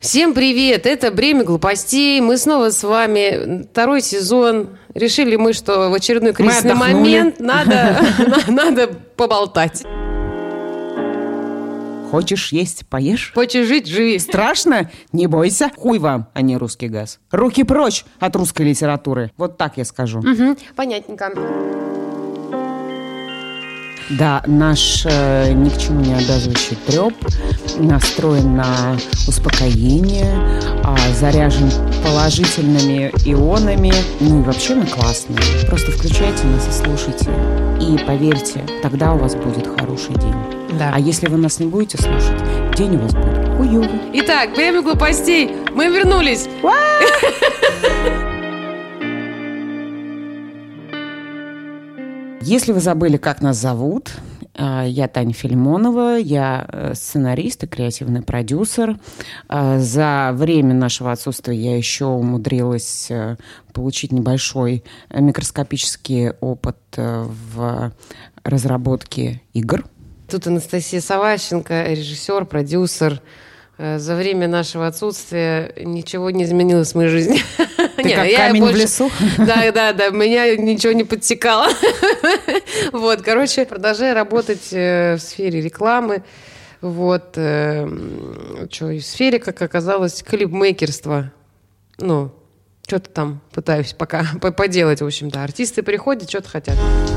Всем привет! Это «Бремя глупостей». Мы снова с вами. 2 сезон. Решили мы, что в очередной кризисный момент надо поболтать. Хочешь есть – поешь. Хочешь жить – живи. Страшно? Не бойся. Хуй вам, а не русский газ. Руки прочь от русской литературы. Вот так я скажу. Угу, понятненько. Да, наш ни к чему не обязывающий треп настроен на успокоение, заряжен положительными ионами. Ну и вообще мы классные. Просто включайте нас и слушайте. И поверьте, тогда у вас будет хороший день. Да. А если вы нас не будете слушать, день у вас будет хуёвый. Итак, «Бремя глупостей». Мы вернулись. Если вы забыли, как нас зовут, я Таня Филимонова, я сценарист и креативный продюсер. За время нашего отсутствия я еще умудрилась получить небольшой микроскопический опыт в разработке игр. Тут Анастасия Саващенко, режиссер, продюсер. За время нашего отсутствия ничего не изменилось в моей жизни. Ты как камень в лесу? Да, меня ничего не подтекало. Вот, короче, продолжаю работать в сфере рекламы. Вот, в сфере, как оказалось, клипмейкерства. Ну, что-то там пытаюсь пока поделать, в общем-то. Артисты приходят, что-то хотят.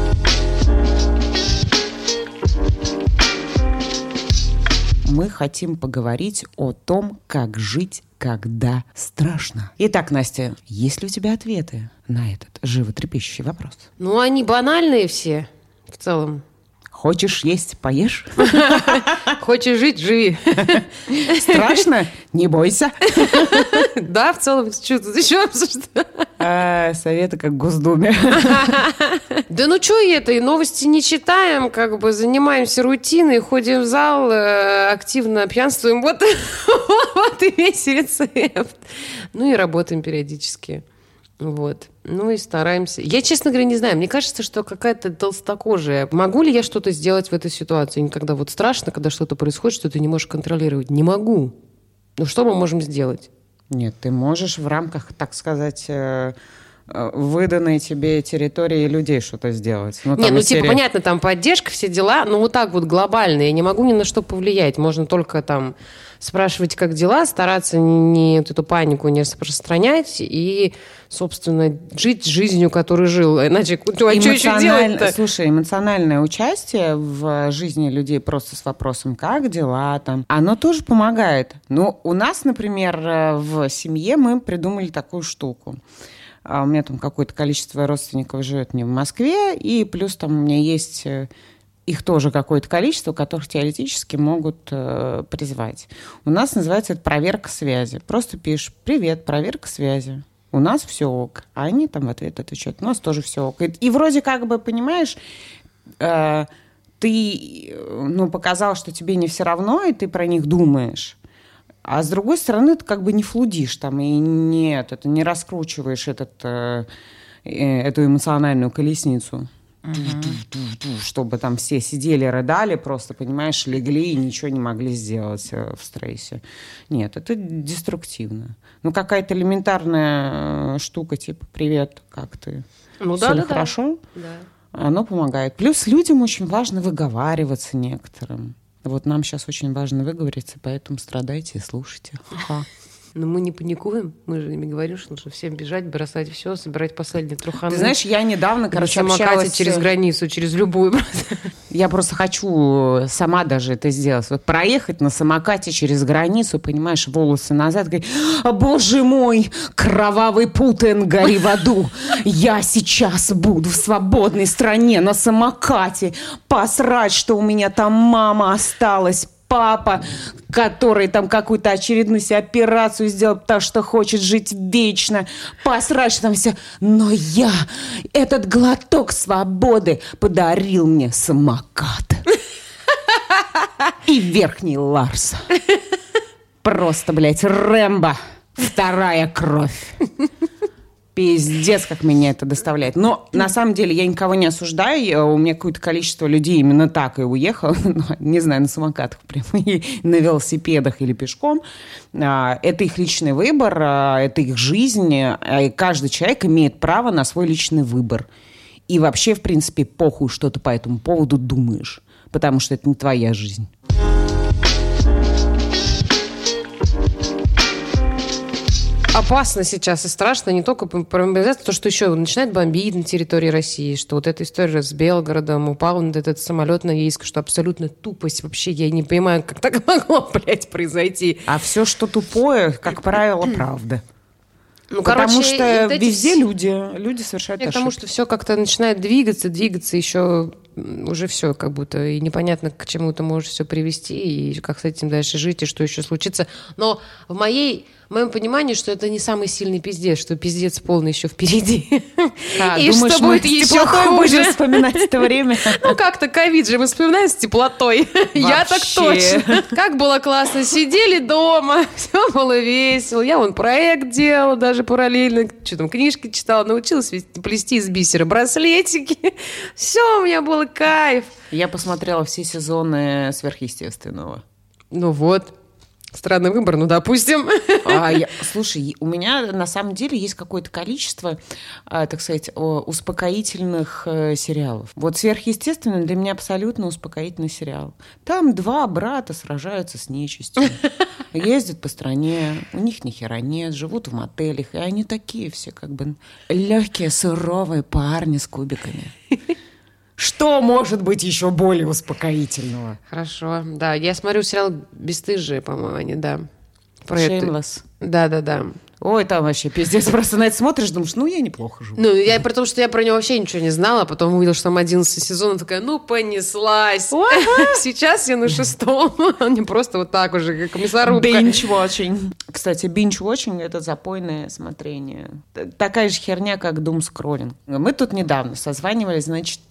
Мы хотим поговорить о том, как жить, когда страшно. Итак, Настя, есть ли у тебя ответы на этот животрепещущий вопрос? Ну, они банальные все, в целом. Хочешь есть – поешь. Хочешь жить – живи. Страшно? Не бойся. Да, в целом, что тут еще обсуждать? Советы как в Госдуме. Да ну что это, и новости не читаем, как бы занимаемся рутиной, ходим в зал, активно пьянствуем. Вот и весь рецепт. Ну и работаем периодически. Вот. Ну и стараемся. Я, честно говоря, не знаю. Мне кажется, что какая-то толстокожая. Могу ли я что-то сделать в этой ситуации? Когда вот страшно, когда что-то происходит, что ты не можешь контролировать. Не могу. Ну что мы можем сделать? Нет, ты можешь в рамках, так сказать, выданной тебе территории людей что-то сделать. Понятно, там поддержка, все дела, но вот так вот глобально я не могу ни на что повлиять. Можно только там спрашивать, как дела, стараться не вот эту панику не распространять и, собственно, жить жизнью, которой жил. Иначе что еще делать-то? Слушай, эмоциональное участие в жизни людей просто с вопросом, как дела там, оно тоже помогает. Ну, у нас, например, в семье мы придумали такую штуку. У меня там какое-то количество родственников живет не в Москве, и плюс там у меня есть их тоже какое-то количество, которых теоретически могут призвать. У нас называется это проверка связи. Просто пишешь: «Привет, проверка связи. У нас все ок». А они там в ответ отвечают: «У нас тоже все ок». И вроде как бы, понимаешь, ты показал, что тебе не все равно, и ты про них думаешь. А с другой стороны, ты как бы не флудишь там, и не раскручиваешь эту эмоциональную колесницу. Чтобы там все сидели, рыдали, просто, понимаешь, легли и ничего не могли сделать в стрессе. Нет, это деструктивно. Ну, какая-то элементарная штука, типа: «Привет, как ты? Все ли хорошо?» Да. Оно помогает. Плюс людям очень важно выговариваться некоторым. Вот нам сейчас очень важно выговориться, поэтому страдайте и слушайте. Ха-ха. Но мы не паникуем, мы же не говорим, что нужно всем бежать, бросать все, собирать последние труханы. Ты знаешь, я недавно, общалась через границу, через любую. Я просто хочу сама даже это сделать. Вот проехать на самокате через границу, понимаешь, волосы назад, говорить: «Боже мой, кровавый Путин, гори в аду! Я сейчас буду в свободной стране на самокате. Посрать, что у меня там мама осталась, папа, который там какую-то очередную себе операцию сделал, потому что хочет жить вечно. Посрать, что там все. Но я, этот глоток свободы подарил мне самокат. И верхний Ларс. Просто, блядь, Рэмбо. Вторая кровь. Пиздец, как меня это доставляет. Но на самом деле я никого не осуждаю. У меня какое-то количество людей именно так и уехало. Не знаю, на самокатах прямо, на велосипедах или пешком. Это их личный выбор, это их жизнь. И каждый человек имеет право на свой личный выбор. И вообще, в принципе, похуй, что ты по этому поводу думаешь. Потому что это не твоя жизнь. Опасно сейчас и страшно не только про мобилизацию, то, что еще начинает бомбить на территории России, что вот эта история с Белгородом, упал на этот самолет на Ейск, что абсолютно тупость. Вообще я не понимаю, как так могло, блядь, произойти. А все, что тупое, как правило, правда. Ну, потому что везде люди совершают ошибки. Потому что все как-то начинает двигаться еще уже все как будто, и непонятно, к чему это может все привести, и как с этим дальше жить, и что еще случится. Но в моем понимании, что это не самый сильный пиздец, что пиздец полный еще впереди. И думаешь, что будет еще хуже вспоминать это время? Ну, как-то ковид же мы вспоминаем с теплотой. Я так точно. Как было классно. Сидели дома, все было весело. Я вон проект делала даже параллельно. Что там, книжки читала, научилась плести из бисера браслетики. Все, у меня было кайф. Я посмотрела все сезоны «Сверхъестественного». Ну вот. Странный выбор, ну, допустим. Слушай, у меня на самом деле есть какое-то количество, так сказать, успокоительных сериалов. Вот «Сверхъестественно» для меня абсолютно успокоительный сериал. Там два брата сражаются с нечистью, ездят по стране, у них ни хера нет, живут в мотелях, и они такие все как бы легкие, суровые парни с кубиками. Что может быть еще более успокоительного? Хорошо, да. Я смотрю сериал «Бесстыжие», по-моему, они, да. Shameless. Да. Ой, там вообще пиздец. Просто на это смотришь, думаешь, я неплохо живу. Ну, я при том, что я про него вообще ничего не знала, а потом увидела, что там 11 сезонов, такая, понеслась. Сейчас я на 6-м. Не просто вот так уже, как мясорубка. Binge-watching. Кстати, binge-watching – это запойное смотрение. Такая же херня, как doom-скроллинг. Мы тут недавно созванивались, значит,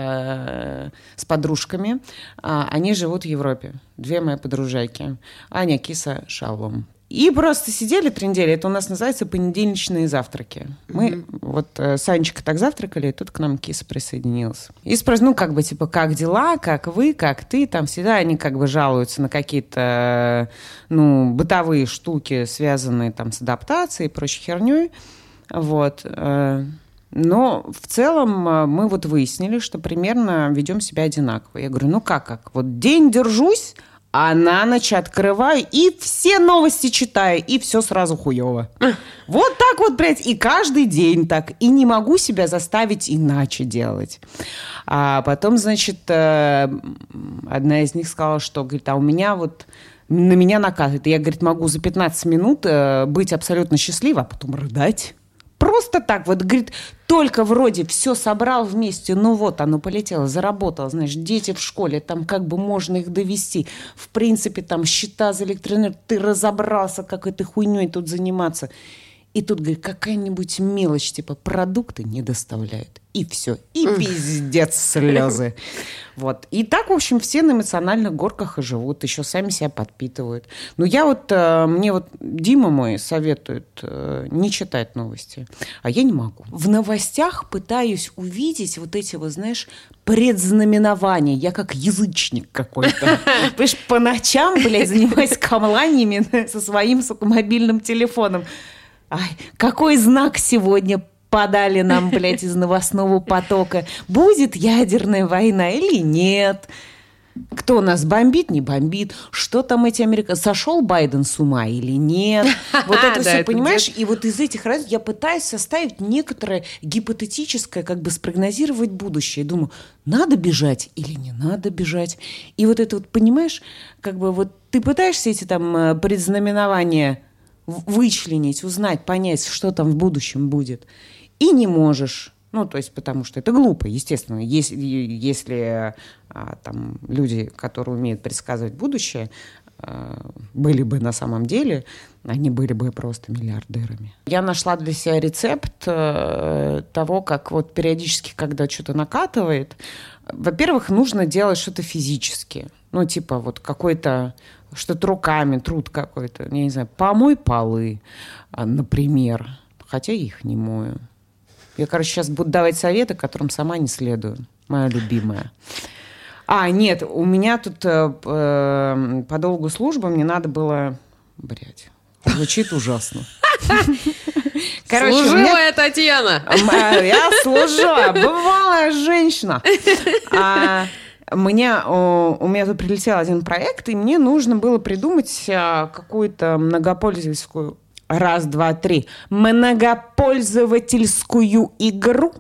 с подружками. Они живут в Европе. Две мои подружайки. Аня, Киса, Шалом. И просто сидели 3 недели. Это у нас называется понедельничные завтраки. Мы вот с Анечкой так завтракали, и тут к нам Киса присоединилась. И спрашиваю, как дела, как вы, как ты? Там всегда они жалуются на какие-то, бытовые штуки, связанные там с адаптацией и прочей херней. Вот. Но в целом мы вот выяснили, что примерно ведем себя одинаково. Я говорю, как? Вот день держусь, а на ночь открываю и все новости читаю, и все сразу хуево. Вот так вот, блядь, и каждый день так. И не могу себя заставить иначе делать. А потом, значит, одна из них сказала, что, говорит, у меня вот на меня накатывает. Я, говорит, могу за 15 минут быть абсолютно счастливой, а потом рыдать. Просто так вот, говорит, только вроде все собрал вместе, оно полетело, заработало, знаешь, дети в школе, там можно их довести. В принципе, там счета за электроэнергию, ты разобрался, как этой хуйней тут заниматься. И тут, говорит, какая-нибудь мелочь, типа продукты не доставляют. И все. И пиздец слезы. Вот. И так, в общем, все на эмоциональных горках и живут. Еще сами себя подпитывают. Но мне Дима мой советует не читать новости. А я не могу. В новостях пытаюсь увидеть вот эти, знаешь, предзнаменования. Я как язычник какой-то. Понимаешь, по ночам, блядь, занимаюсь камланиями со своим мобильным телефоном. Ай, какой знак сегодня подали нам, блядь, из новостного потока? Будет ядерная война или нет? Кто нас бомбит, не бомбит? Что там эти американцы? Сошел Байден с ума или нет? Вот это все, понимаешь? И вот из этих раз я пытаюсь составить некоторое гипотетическое, спрогнозировать будущее. Думаю, надо бежать или не надо бежать? И вот это понимаешь, ты пытаешься эти там предзнаменования вычленить, узнать, понять, что там в будущем будет. И не можешь. Потому что это глупо, естественно. Если там люди, которые умеют предсказывать будущее, были бы на самом деле, они были бы просто миллиардерами. Я нашла для себя рецепт того, как периодически, когда что-то накатывает, во-первых, нужно делать что-то физически. Какой-то что-то руками, труд какой-то, я не знаю, помой полы, например. Хотя я их не мою. Я, сейчас буду давать советы, которым сама не следую. Моя любимая. Нет, у меня тут по долгу службы мне надо было... звучит ужасно. Служивая Татьяна. Я служила, бывалая женщина. У меня тут прилетел один проект, и мне нужно было придумать какую-то многопользовательскую многопользовательскую игру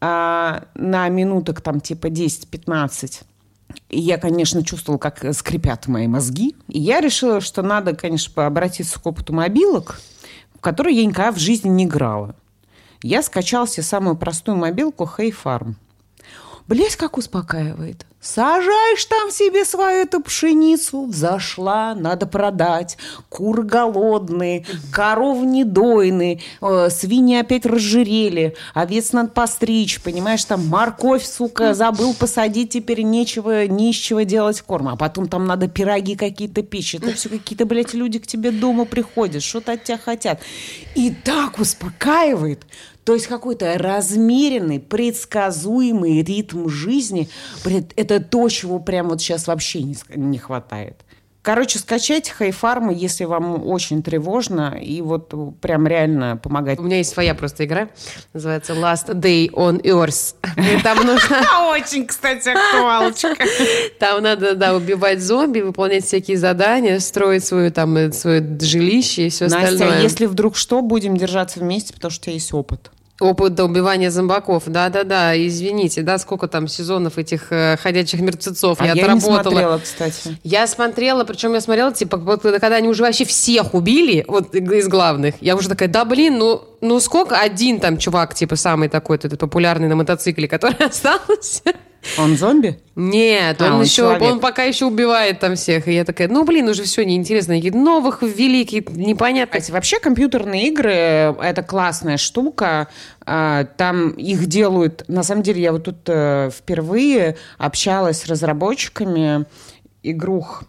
на минуток там типа 10-15. И я, конечно, чувствовала, как скрипят мои мозги. И я решила, что надо, конечно, обратиться к опыту мобилок, в которые я никогда в жизни не играла. Я скачала себе самую простую мобилку Hey Farm. Блядь, как успокаивает. Сажаешь там себе свою эту пшеницу, взошла, надо продать. Куры голодные, коров недойные, свиньи опять разжирели, овец надо постричь, понимаешь, там морковь, сука, забыл посадить, теперь не из чего делать корм. А потом там надо пироги какие-то печь. Это все какие-то, блядь, люди к тебе дома приходят, что-то от тебя хотят. И так успокаивает. То есть какой-то размеренный, предсказуемый ритм жизни. Это то, чего прямо вот сейчас вообще не хватает. Короче, скачайте Hey Farm, если вам очень тревожно, и вот прям реально помогать. У меня есть своя просто игра, называется Last Day on Earth. Там нужно... Очень, кстати, актуалочка. Там надо, убивать зомби, выполнять всякие задания, строить свое жилище и все остальное. Настя, если вдруг что, будем держаться вместе, потому что у тебя есть опыт. Опыт до убивания зомбаков. Да, извините, сколько там сезонов этих ходячих мертвецов я отработала. Я не смотрела, кстати. Я смотрела, причем я смотрела, когда они уже вообще всех убили, вот из главных, я уже такая, ну сколько один там чувак, самый такой, этот популярный на мотоцикле, который остался... Он зомби? Нет, он пока еще убивает там всех. И я такая, уже все неинтересно. Какие-то новых великих, непонятно. Вообще компьютерные игры – это классная штука. Там их делают... На самом деле, я вот тут впервые общалась с разработчиками игрух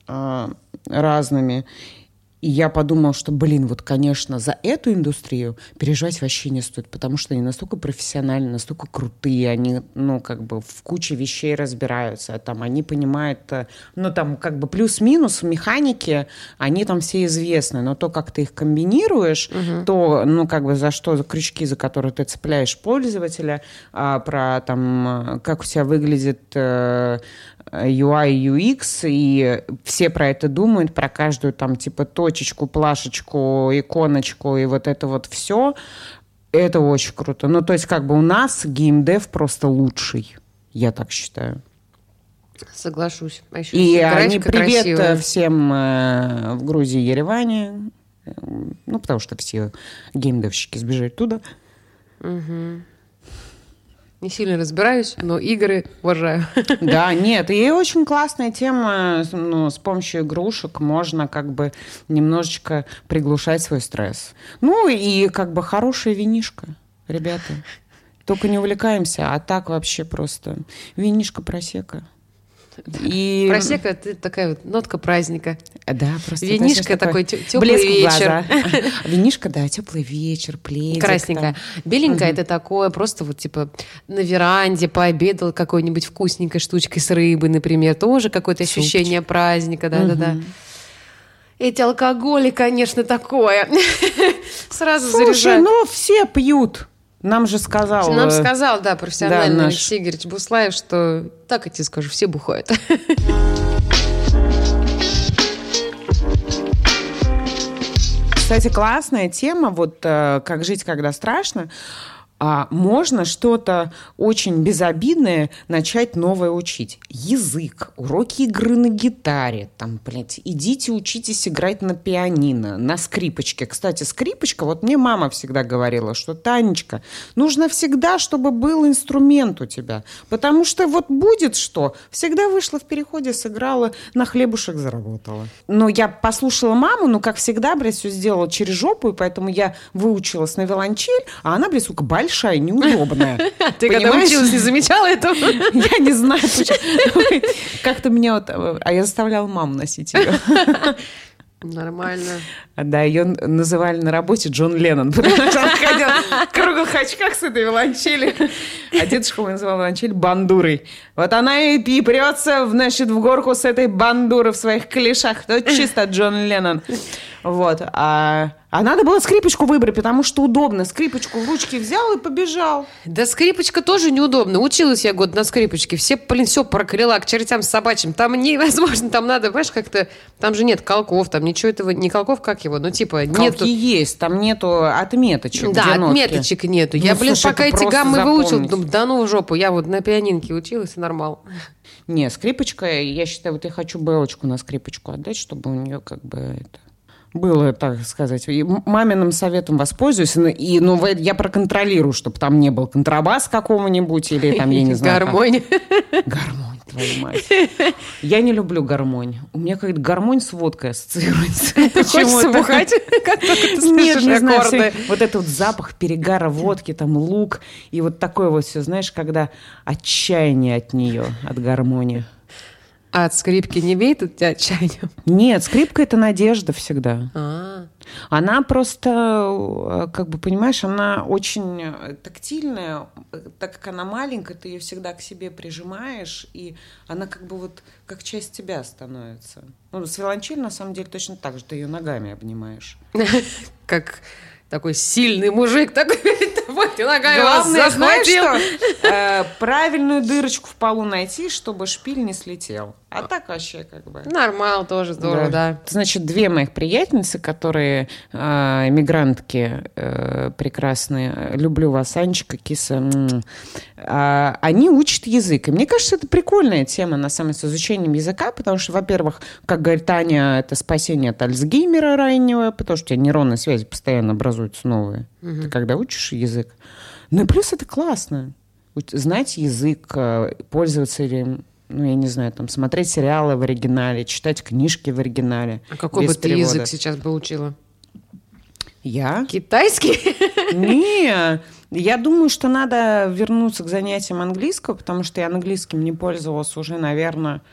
разными. И я подумала, что, конечно, за эту индустрию переживать вообще не стоит, потому что они настолько профессиональны, настолько крутые, они, в куче вещей разбираются, там, они понимают, плюс-минус механики, они там все известны, но то, как ты их комбинируешь, то, за крючки, за которые ты цепляешь пользователя, про, как у тебя выглядит... UI, UX, и все про это думают, про каждую точечку, плашечку, иконочку и вот это вот все. Это очень круто. То есть у нас геймдев просто лучший, я так считаю. Соглашусь. И они привет красивая. Всем в Грузии, Ереване, потому что все геймдевщики сбежали туда. Угу. Не сильно разбираюсь, но игры уважаю. Да, нет, и очень классная тема. С помощью игрушек можно немножечко приглушать свой стресс. И хорошая винишка, ребята. Только не увлекаемся, а так вообще просто винишка, просека. И... Просека – это такая вот нотка праздника. Да, просто. Винишка такой теплый вечер. Винишка, да, теплый вечер, пледик. Красненькая. Беленькая – это такое просто на веранде пообедал какой-нибудь вкусненькой штучкой с рыбой, например. Тоже какое-то ощущение праздника. Да. Эти алкоголи, конечно, такое. Сразу заряжают. Слушай, все пьют. Нам сказал, да, профессиональный Алексей Игоревич Буслаев, что, так я тебе скажу, все бухают. Кстати, классная тема, как жить, когда страшно. Можно что-то очень безобидное начать новое учить. Язык, уроки игры на гитаре. Идите учитесь играть на пианино, на скрипочке. Кстати, скрипочка, мне мама всегда говорила, что, Танечка, нужно всегда, чтобы был инструмент у тебя. Потому что будет что. Всегда вышла в переходе, сыграла, на хлебушек заработала. Но я послушала маму, как всегда, все сделала через жопу, и поэтому я выучилась на виолончель, а она, сука, большая, неудобная. Ты когда училась, не замечала этого? Я не знаю, почему. Как-то меня А я заставляла маму носить ее. Нормально. Да, ее называли на работе Джон Леннон, потому что он ходил в круглых очках с этой виолончелью. А дедушка мой называл виолончель бандурой. Вот она и прется, значит, в горку с этой бандурой в своих клешах. Это чисто Джон Леннон. Вот. А надо было скрипочку выбрать, потому что удобно. Скрипочку в ручки взял и побежал. Да скрипочка тоже неудобно. Училась я год на скрипочке. Все прокляла к чертям собачьим. Там невозможно, там надо, понимаешь, как-то... Там же нет колков, там ничего этого... Не колков, как его? Ну, типа, нету... Колки есть, там нету отметочек. Да, отметочек нету. Я, слушай, пока эти гаммы выучила, думаю, да ну в жопу. Я вот на пианинке училась, и нормал. Не, скрипочка, я считаю, вот я хочу Белочку на скрипочку отдать, чтобы у нее как бы это... Было, так сказать, и маминым советом воспользуюсь, я проконтролирую, чтобы там не был контрабас какого-нибудь, или там, я не знаю... Гармонь. Гармонь, твою мать. Я не люблю гармонь. У меня какая-то гармонь с водкой ассоциируется. Хочется бухать, как только ты слышишь аккорды. Вот этот вот запах перегара водки, там лук, и вот такое вот все, знаешь, когда отчаяние от нее, от гармонии. А от скрипки не веет от тебя отчаянием? Нет, скрипка – это надежда всегда. Она просто, как бы, понимаешь, она очень тактильная. Так как она маленькая, ты ее всегда к себе прижимаешь, и она как бы вот как часть тебя становится. Ну, с виолончелью, на самом деле, точно так же. Ты ее ногами обнимаешь. Как такой сильный мужик, такой перед тобой, ты ногами вас Главное, захватил. знаешь что? Правильную дырочку в полу найти, чтобы шпиль не слетел. А так вообще как бы... Нормально, тоже здорово, да. Значит, две моих приятельницы, которые эмигрантки прекрасные, люблю вас, Анечка, киса, они учат язык. И мне кажется, это прикольная тема, на самом деле, с изучением языка, потому что, во-первых, как говорит Таня, это спасение от Альцгеймера раннего, потому что у тебя нейронные связи постоянно образуются новые, ты когда учишь язык. Ну и плюс это классно. Знать язык, пользоваться им, ну, я не знаю, там, смотреть сериалы в оригинале, читать книжки в оригинале. А какой бы ты язык сейчас бы учила? Я? Китайский? Не, я думаю, что надо вернуться к занятиям английского, потому что я английским не пользовалась уже, наверное,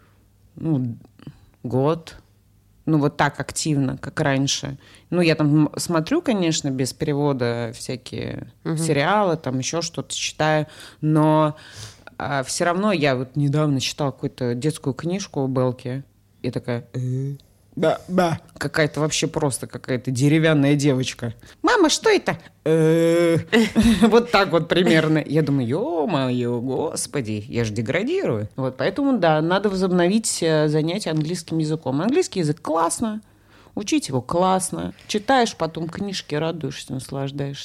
год. Ну, вот так активно, как раньше. Ну, я там смотрю, конечно, без перевода всякие сериалы, там еще что-то читаю, но... все равно я вот недавно читала какую-то детскую книжку у Белки и такая... Какая-то вообще просто какая-то деревянная девочка. Мама, что это? Вот так вот примерно. Я думаю, ё-моё, господи, я же деградирую. Вот поэтому, да, надо возобновить занятия английским языком. Английский язык классно, учить его классно. Читаешь потом книжки, радуешься, наслаждаешься.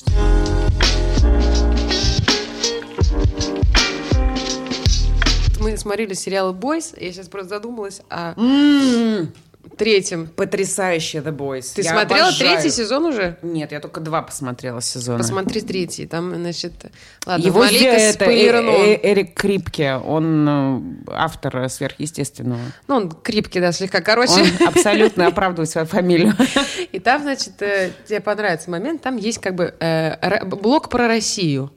Мы смотрели сериал «Бойс», я сейчас просто задумалась о третьем. Потрясающе The Boys. Ты смотрела третий сезон уже? Нет, я только 2 посмотрела сезона. Посмотри третий. Там, значит... Ладно, его это Эрик Крипке, он автор «Сверхъестественного». Ну, он Крипке, да, слегка короче. Он абсолютно оправдывает свою фамилию. И там, значит, тебе понравится момент, там есть как бы блок про Россию.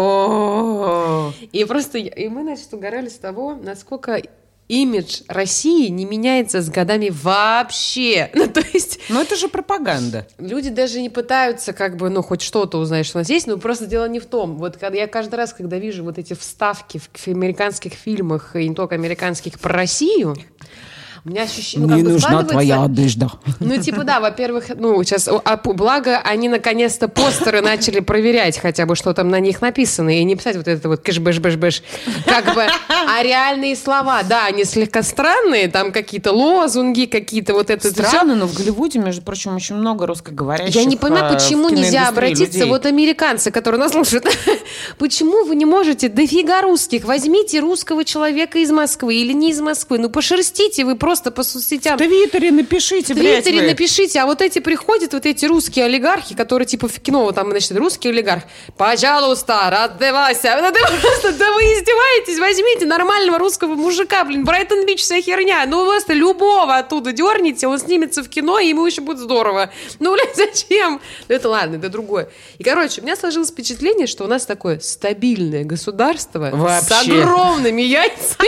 И просто мы, значит, угорали с того, насколько имидж России не меняется с годами вообще. Ну, то есть... Ну, это же пропаганда. Люди даже не пытаются как бы, хоть что-то узнать, что у нас есть, но просто дело не в том. Вот когда я каждый раз, когда вижу вот эти вставки в американских фильмах, и не только американских, про Россию, у меня ощущение... Мне нужна твоя одежда. Ну, типа, да, во-первых, сейчас, благо, они наконец-то постеры начали проверять хотя бы, что там на них написано, и не писать вот это вот кэш-бэш-бэш-бэш, как бы, а реальные слова, да, они слегка странные, там какие-то лозунги, какие-то вот это... Странно, но в Голливуде, между прочим, очень много русскоговорящих. Я не понимаю, почему нельзя обратиться, людей. Вот американцы, которые нас слушают, почему вы не можете, дофига русских, возьмите русского человека из Москвы или не из Москвы, пошерстите вы просто по соцсетям. В Твиттере напишите, блядь. В Твиттере напишите, а вот эти приходят, вот эти русские олигархи, которые типа в кино, вот там, значит, русский олигарх, пожалуйста, раздевайся. Да вы издеваетесь, возьмите нормального русского мужика, Брайтон-Бич, вся херня. Ну, просто любого оттуда дерните, он снимется в кино, и ему еще будет здорово. Ну, блядь, зачем? Ну, это ладно, это другое. И, короче, у меня сложилось впечатление, что у нас такое стабильное государство вообще. С огромными яйцами.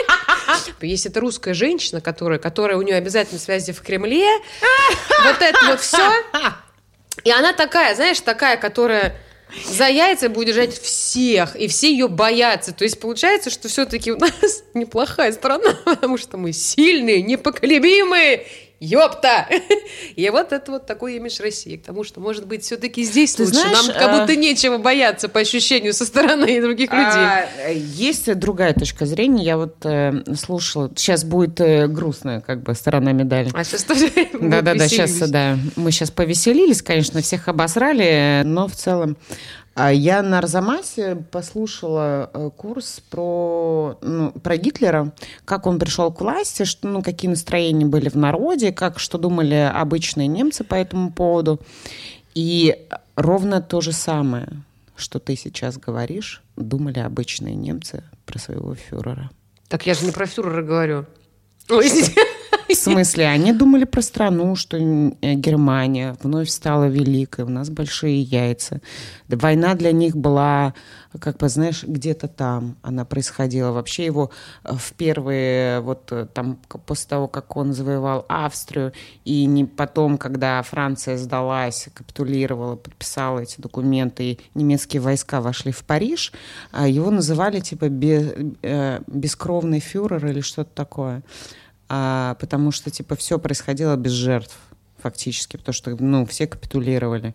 Если это русская женщина, которая у нее обязательно связи в Кремле, вот это вот все. И она такая, знаешь, которая за яйца будет держать всех, и все ее боятся. То есть получается, что все-таки у нас неплохая страна, потому что мы сильные, непоколебимые. Ёпта! И вот это вот такой имидж России. К тому, что, может быть, все-таки здесь лучше. Знаешь, нам как будто нечего бояться по ощущению со стороны других людей. Есть другая точка зрения. Я вот слушала. Сейчас будет грустная как бы сторона медали. А сейчас тоже Да-да-да, сейчас, да. Мы сейчас повеселились, конечно, всех обосрали, но в целом... Я на Арзамасе послушала курс про Гитлера, как он пришел к власти, какие настроения были в народе, что думали обычные немцы по этому поводу. И ровно то же самое, что ты сейчас говоришь, думали обычные немцы про своего фюрера. Так я же не про фюрера говорю. В смысле, они думали про страну, что Германия вновь стала великой, у нас большие яйца. Война для них была, как бы, знаешь, где-то там она происходила. Вообще его в первые, вот там, после того, как он завоевал Австрию, и не потом, когда Франция сдалась, капитулировала, подписала эти документы, и немецкие войска вошли в Париж, его называли типа бескровный фюрер или что-то такое. Потому что, типа, все происходило без жертв, фактически, потому что, все капитулировали.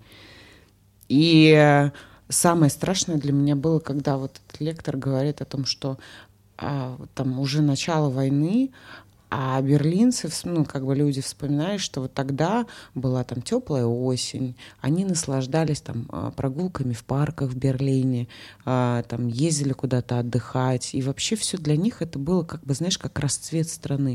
И самое страшное для меня было, когда вот этот лектор говорит о том, что там уже начало войны, а берлинцы, люди вспоминают, что вот тогда была там теплая осень, они наслаждались там прогулками в парках в Берлине, там ездили куда-то отдыхать, и вообще все для них это было, как бы, знаешь, как расцвет страны.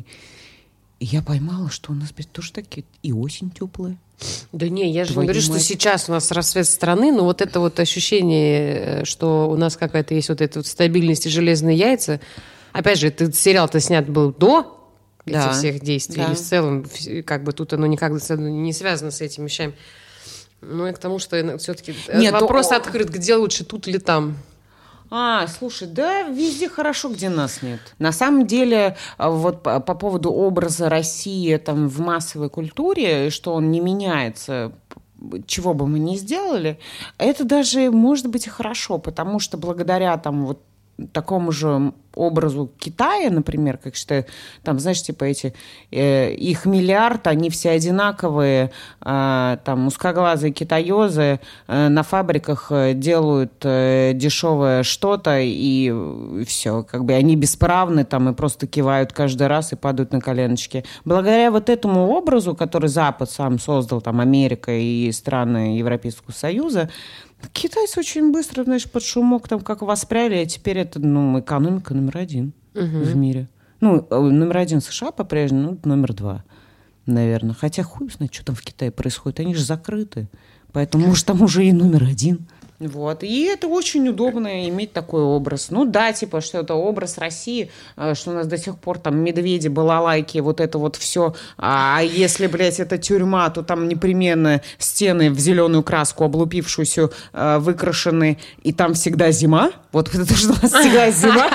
И я поймала, что у нас тоже такие и осень теплая. Да не, я же не говорю, что сейчас у нас расцвет страны, но вот это вот ощущение, что у нас какая-то есть вот эта вот стабильность и железные яйца. Опять же, этот сериал-то снят был до этих всех действий. Да. И в целом, как бы тут оно никак не связано с этими вещами. Ну и к тому, что все-таки вопрос открыт, где лучше, тут или там. Слушай, да, везде хорошо, где нас нет. На самом деле, вот по поводу образа России там в массовой культуре, что он не меняется, чего бы мы ни сделали, это даже может быть и хорошо, потому что благодаря там вот такому же образу Китая, например, как считаю, там, знаешь, типа эти, их миллиард, они все одинаковые, там, узкоглазые китаёзы на фабриках делают дешевое что-то, и все, как бы они бесправны, там, и просто кивают каждый раз и падают на коленочки. Благодаря вот этому образу, который Запад сам создал, там, Америка и страны Европейского Союза, китайцы очень быстро, знаешь, под шумок там как воспряли, а теперь это, экономика номер один в мире. Номер один США по-прежнему, номер два, наверное. Хотя хуй знает, что там в Китае происходит. Они же закрыты. Поэтому, может, там уже и номер один. Вот. И это очень удобно иметь такой образ. Типа, что это образ России, что у нас до сих пор там медведи, балалайки, вот это вот все. А если, блядь, это тюрьма, то там непременно стены в зеленую краску, облупившуюся, выкрашены, и там всегда зима. Вот это что у нас всегда зима.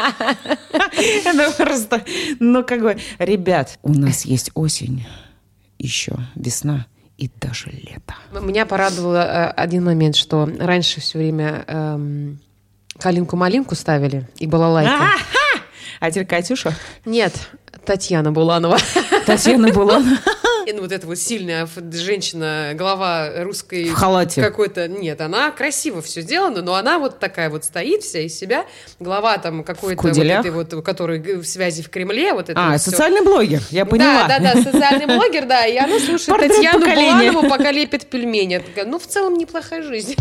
Это просто... ребят, у нас есть осень, еще весна. И даже лето. Меня порадовал один момент, что раньше все время «Калинку-малинку» ставили и балалайку. А теперь Катюша? Нет, Татьяна Буланова. Татьяна Буланова. И вот эта вот сильная женщина, глава русской... В халате. Какой-то... Нет, она красиво все сделана, но она вот такая вот стоит вся из себя. Глава там какой-то вот этой вот, который в связи в Кремле. Вот это социальный блогер, я поняла. Да, социальный блогер, да. И она слушает Татьяну Буланову, пока лепит пельмени. Такая, в целом неплохая жизнь.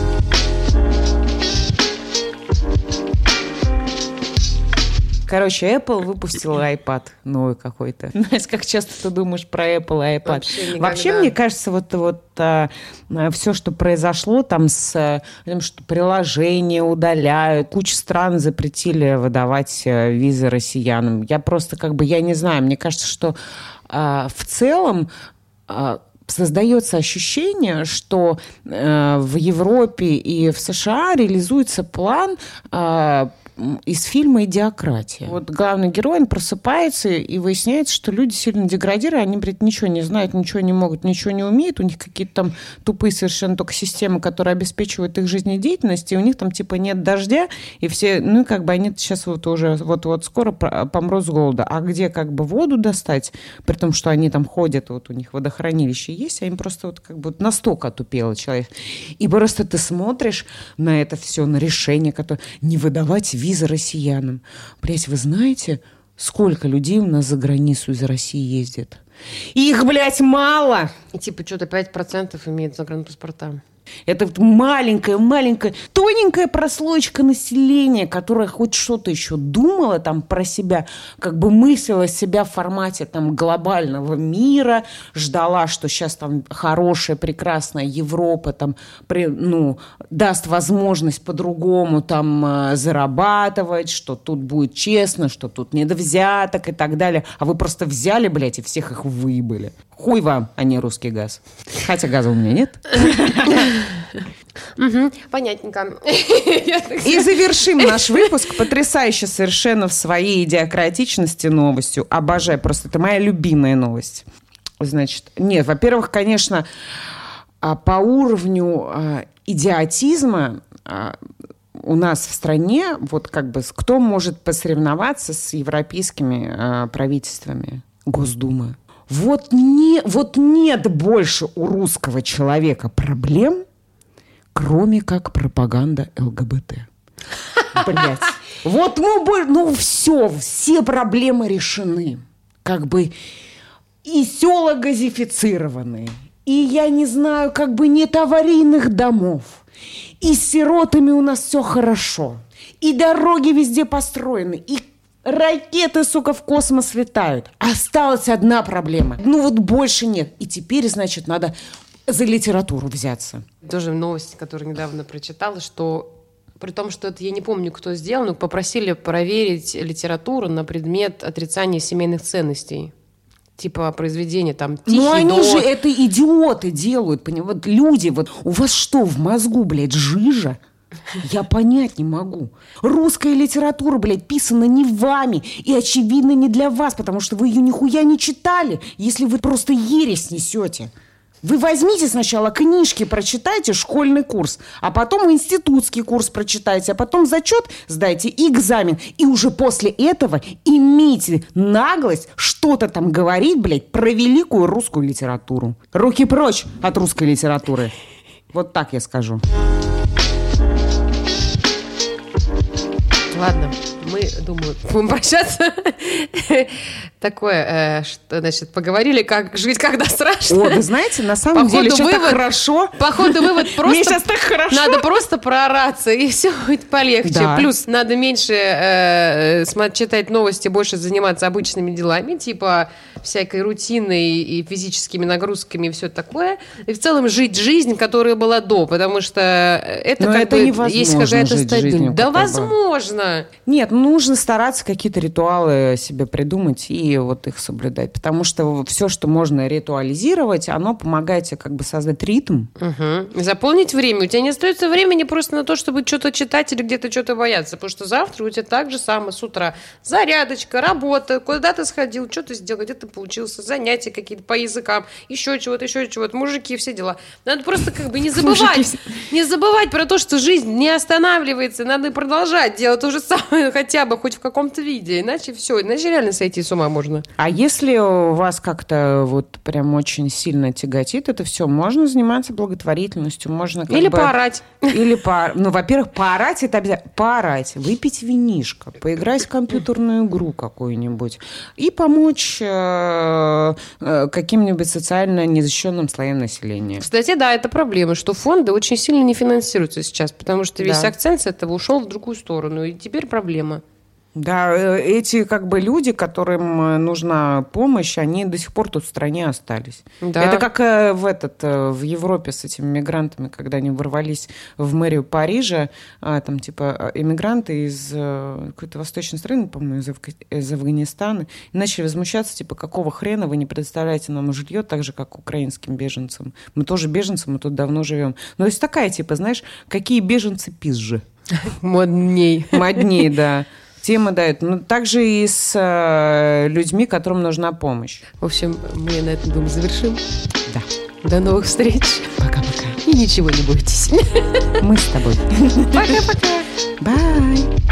Короче, Apple выпустила iPad новый какой-то. Знаешь, как часто ты думаешь про Apple и iPad? Вообще мне кажется, все, что произошло там с тем, что приложения удаляют, куча стран запретили выдавать визы россиянам. Я просто я не знаю, мне кажется, что в целом создается ощущение, что в Европе и в США реализуется план из фильма «Идиократия». Вот главный герой, он просыпается, и выясняется, что люди сильно деградировали, они, блядь, ничего не знают, ничего не могут, ничего не умеют, у них какие-то там тупые совершенно только системы, которые обеспечивают их жизнедеятельность, и у них там типа нет дождя, и все, ну, как бы они сейчас вот уже вот скоро помрут с голода. А где как бы воду достать, при том, что они там ходят, вот у них водохранилище есть, а им просто вот как бы настолько отупело человек. И просто ты смотришь на это все, на решение, которое не выдавать визы россиянам. Блять, вы знаете, сколько людей у нас за границу из России ездит? Их, блядь, мало! И типа что-то 5% имеют загранпаспорта. Это вот маленькая, тоненькая прослойка населения, которая хоть что-то еще думала там про себя, как бы мыслила себя в формате там глобального мира, ждала, что сейчас там хорошая, прекрасная Европа там, даст возможность по-другому там зарабатывать, что тут будет честно, что тут нет взяток и так далее. А вы просто взяли, блядь, и всех их выебали. Хуй вам, а не русский газ. Хотя газа у меня нет. Понятненько. И завершим наш выпуск потрясающе совершенно в своей идиократичности новостью. Обожаю, просто это моя любимая новость. Значит, нет, во-первых, конечно, по уровню идиотизма у нас в стране, вот как бы кто может посоревноваться с европейскими правительствами? Госдума. Вот нет больше у русского человека проблем, кроме как пропаганда ЛГБТ. Блять. Вот все проблемы решены. Как бы и села газифицированные, и я не знаю, как бы нет аварийных домов, и с сиротами у нас все хорошо, и дороги везде построены, и ракеты, сука, в космос летают. Осталась одна проблема. Больше нет. И теперь, значит, надо за литературу взяться. Тоже новость, которую недавно прочитала, что при том, что это я не помню, кто сделал, но попросили проверить литературу на предмет отрицания семейных ценностей. Типа произведения там «Тихий дон». Они же это идиоты делают. Вот люди, вот у вас что, в мозгу, блядь, жижа? Я понять не могу. Русская литература, блядь, писана не вами и, очевидно, не для вас, потому что вы ее нихуя не читали, если вы просто ересь несете. Вы возьмите сначала книжки, прочитайте школьный курс, а потом институтский курс прочитайте, а потом зачет сдайте и экзамен. И уже после этого имейте наглость что-то там говорить, блядь, про великую русскую литературу. Руки прочь от русской литературы. Вот так я скажу. Ладно, мы, думаю, будем прощаться. Такое, что, значит, поговорили, как жить, когда страшно. О, вы знаете, на самом деле сейчас так хорошо. Походу, вывод просто... Мне сейчас так хорошо. Надо просто проораться, и все будет полегче. Да. Плюс надо меньше читать новости, больше заниматься обычными делами, типа всякой рутиной и физическими нагрузками и все такое. И в целом жить жизнь, которая была до, потому что это но как это бы невозможно есть какая-то стабильность. Да, возможно. Нет, нужно стараться какие-то ритуалы себе придумать и вот их соблюдать. Потому что все, что можно ритуализировать, оно помогает тебе как бы создать ритм. Угу. Заполнить время. У тебя не остается времени просто на то, чтобы что-то читать или где-то что-то бояться. Потому что завтра у тебя так же самое с утра. Зарядочка, работа, куда ты сходил, что ты сделал, где ты поучился, занятия какие-то по языкам, еще чего-то, мужики, все дела. Надо просто как бы не забывать про то, что жизнь не останавливается, надо продолжать делать то же самое, хотя бы хоть в каком-то виде, иначе все, иначе реально сойти с ума можно. А если у вас как-то вот прям очень сильно тяготит это все, можно заниматься благотворительностью, можно как или бы... поорать. Во-первых, поорать это обязательно. Поорать, выпить винишко, поиграть в компьютерную игру какую-нибудь и помочь каким-нибудь социально незащищенным слоям населения. Кстати, да, это проблема, что фонды очень сильно не финансируются сейчас, потому что весь акцент с этого ушел в другую сторону, и теперь проблема. Да, эти как бы люди, которым нужна помощь, они до сих пор тут в стране остались. Да. Это как в Европе с этими мигрантами, когда они ворвались в мэрию Парижа, там типа эмигранты из какой-то восточной страны, по-моему, из Афганистана, и начали возмущаться, типа, какого хрена вы не предоставляете нам жилье, так же, как украинским беженцам. Мы тоже беженцы, мы тут давно живем. Но есть такая, типа, знаешь, какие беженцы пизжи. Модней. Модней, да. Тема дает. Ну, также и с людьми, которым нужна помощь. В общем, мы на этом, думаю, завершим. Да. До новых встреч. Пока-пока. И ничего не бойтесь. Мы с тобой. Пока-пока. Bye.